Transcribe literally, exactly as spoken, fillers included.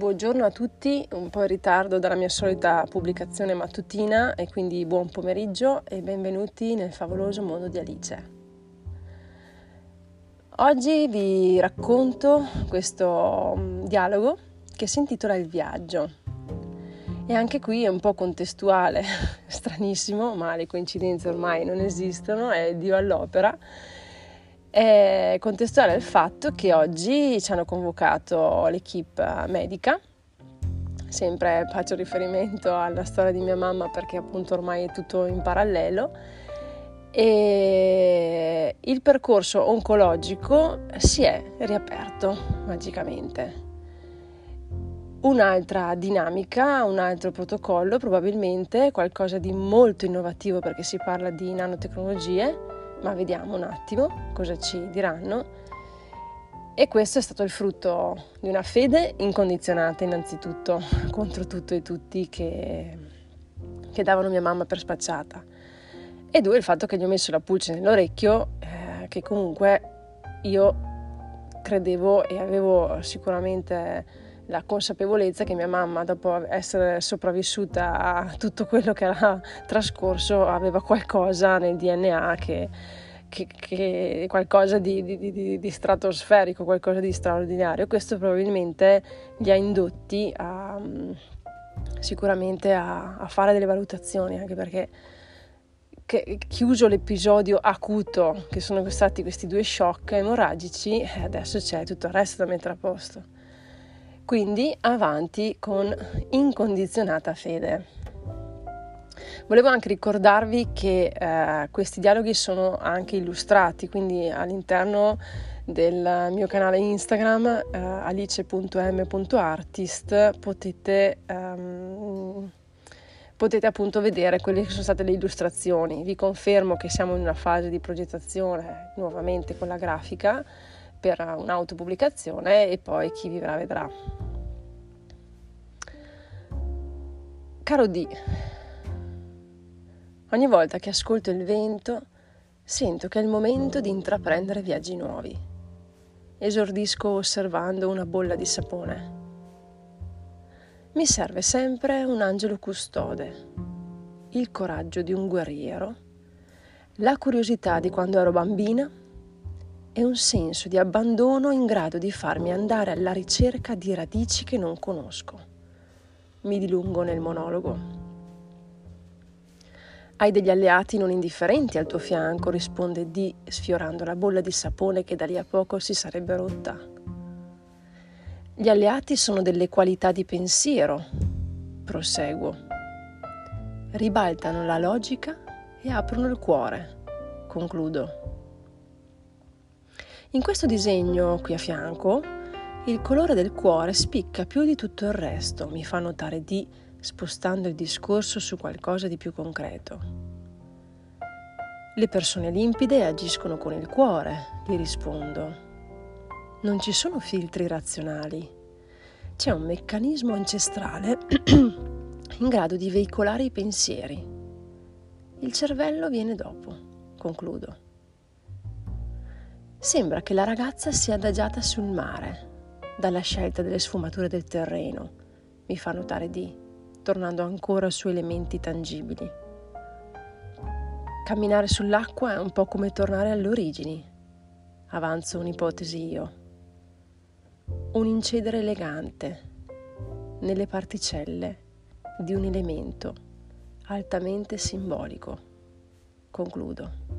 buongiorno a tutti, un po' in ritardo dalla mia solita pubblicazione mattutina e quindi buon pomeriggio e benvenuti nel favoloso mondo di Alice. Oggi vi racconto questo dialogo che si intitola Il viaggio e anche qui è un po' contestuale, stranissimo, ma le coincidenze ormai non esistono, è Dio all'opera. È contestuale al fatto che oggi ci hanno convocato l'equipe medica, sempre faccio riferimento alla storia di mia mamma perché appunto ormai è tutto in parallelo, e il percorso oncologico si è riaperto magicamente. Un'altra dinamica, un altro protocollo, probabilmente qualcosa di molto innovativo perché si parla di nanotecnologie, ma vediamo un attimo cosa ci diranno. E questo è stato il frutto di una fede incondizionata innanzitutto contro tutto e tutti che, che davano mia mamma per spacciata, e due il fatto che gli ho messo la pulce nell'orecchio, eh, che comunque io credevo e avevo sicuramente la consapevolezza che mia mamma, dopo essere sopravvissuta a tutto quello che era trascorso, aveva qualcosa nel D N A che, che, che qualcosa di, di, di, di stratosferico, qualcosa di straordinario. Questo probabilmente li ha indotti a, sicuramente a, a fare delle valutazioni, anche perché che, chiuso l'episodio acuto che sono stati questi due shock emorragici, adesso c'è tutto il resto da mettere a posto. Quindi avanti con incondizionata fede. Volevo anche ricordarvi che eh, questi dialoghi sono anche illustrati, quindi all'interno del mio canale Instagram eh, alice punto m punto artist potete, um, potete appunto vedere quelle che sono state le illustrazioni. Vi confermo che siamo in una fase di progettazione nuovamente con la grafica per un'autopubblicazione e poi chi vivrà vedrà. Caro D, ogni volta che ascolto il vento sento che è il momento di intraprendere viaggi nuovi. Esordisco osservando una bolla di sapone. Mi serve sempre un angelo custode, il coraggio di un guerriero, la curiosità di quando ero bambina e un senso di abbandono in grado di farmi andare alla ricerca di radici che non conosco. Mi dilungo nel monologo. Hai degli alleati non indifferenti al tuo fianco, risponde D, sfiorando la bolla di sapone che da lì a poco si sarebbe rotta. Gli alleati sono delle qualità di pensiero, proseguo. Ribaltano la logica e aprono il cuore, concludo. In questo disegno qui a fianco, il colore del cuore spicca più di tutto il resto, mi fa notare D, spostando il discorso su qualcosa di più concreto. Le persone limpide agiscono con il cuore, gli rispondo. Non ci sono filtri razionali. C'è un meccanismo ancestrale in grado di veicolare i pensieri. Il cervello viene dopo, concludo. Sembra che la ragazza sia adagiata sul mare, dalla scelta delle sfumature del terreno, mi fa notare D, tornando ancora su elementi tangibili. Camminare sull'acqua è un po' come tornare alle origini, avanzo un'ipotesi io. Un incedere elegante nelle particelle di un elemento altamente simbolico, concludo.